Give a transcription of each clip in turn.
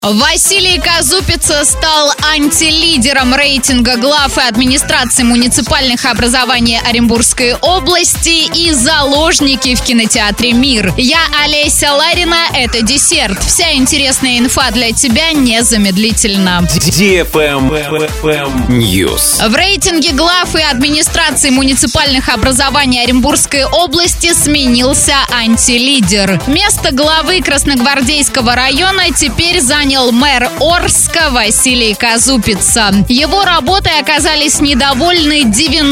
Василий Казупица стал антилидером рейтинга глав и администрации муниципальных образований Оренбургской области и заложники в кинотеатре «Мир». Я Олеся Ларина, это десерт. Вся интересная инфа для тебя незамедлительно. News. В рейтинге глав и администрации муниципальных образований Оренбургской области сменился антилидер. Место главы Красногвардейского района теперь занял мэр Орска Василий Казупица. Его работой оказались недовольны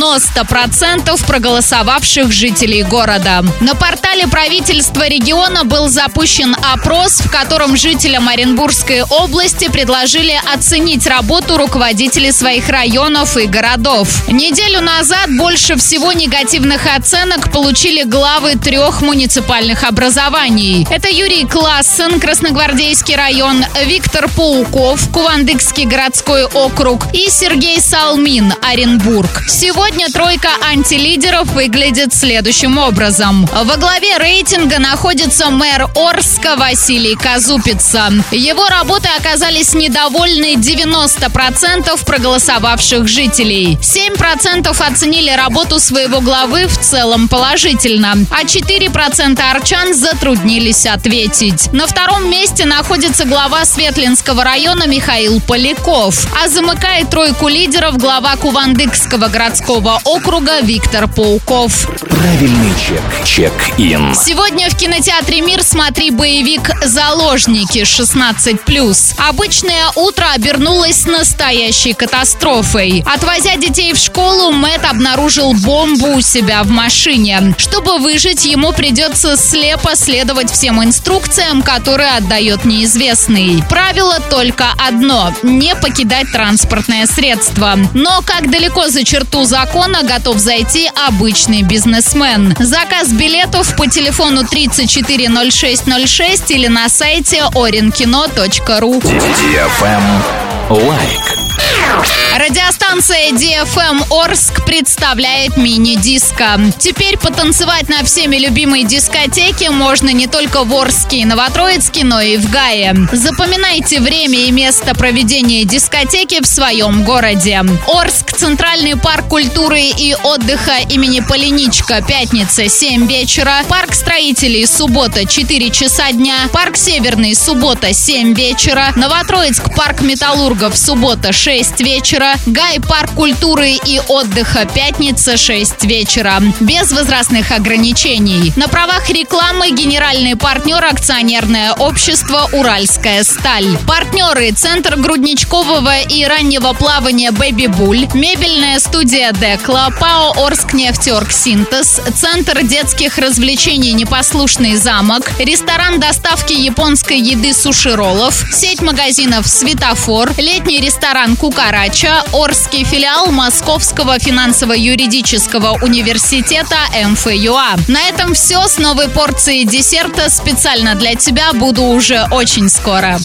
90% проголосовавших жителей города. На портале правительства региона был запущен опрос, в котором жителям Оренбургской области предложили оценить работу руководителей своих районов и городов. Неделю назад больше всего негативных оценок получили главы 3 муниципальных образований. Это Юрий Классен, Красногвардейский район, Виктор Пауков, Кувандыкский городской округ и Сергей Салмин, Оренбург. Сегодня тройка антилидеров выглядит следующим образом. Во главе рейтинга находится мэр Орска Василий Казупица. Его работой оказались недовольны 90% проголосовавших жителей. 7% оценили работу своего главы в целом положительно, а 4% орчан затруднились ответить. На втором месте находится глава Светлинского района Михаил Поляков, а замыкает тройку лидеров глава Кувандыкского городского округа Виктор Пауков. Правильный чек. Чек-ин. Сегодня в кинотеатре «Мир» смотри боевик «Заложники» 16+. Обычное утро обернулось настоящей катастрофой. Отвозя детей в школу, Мэтт обнаружил бомбу у себя в машине. Чтобы выжить, ему придется слепо следовать всем инструкциям, которые отдает неизвестный. Правило только одно – не покидать транспортное средство. Но как далеко за черту закона готов зайти обычный бизнесмен? Заказ билетов по телефону 340606 или на сайте orinkino.ru. Лайк. Радиостанция DFM Орск представляет мини-диско. Теперь потанцевать на всеми любимой дискотеке можно не только в Орске и Новотроицке, но и в Гае. Запоминайте время и место проведения дискотеки в своем городе. Орск, Центральный парк культуры и отдыха имени Полиничка, пятница, 7 вечера. Парк строителей, суббота, 4 часа дня. Парк Северный, суббота, 7 вечера. Новотроицк, парк металлургов, суббота, 6 вечера. Гай, парк культуры и отдыха, пятница, 6 вечера. Без возрастных ограничений. На правах рекламы генеральный партнер акционерное общество «Уральская сталь». Партнеры: Центр грудничкового и раннего плавания «Бэби Буль», мебельная студия «Декла», ПАО «Орскнефтеоргсинтез», Центр детских развлечений «Непослушный замок», ресторан доставки японской еды «Суши-роллов», сеть магазинов «Светофор», летний ресторан «Кукарача», Орский филиал Московского финансово-юридического университета МФЮА. На этом все. С новой порцией десерта специально для тебя буду уже очень скоро.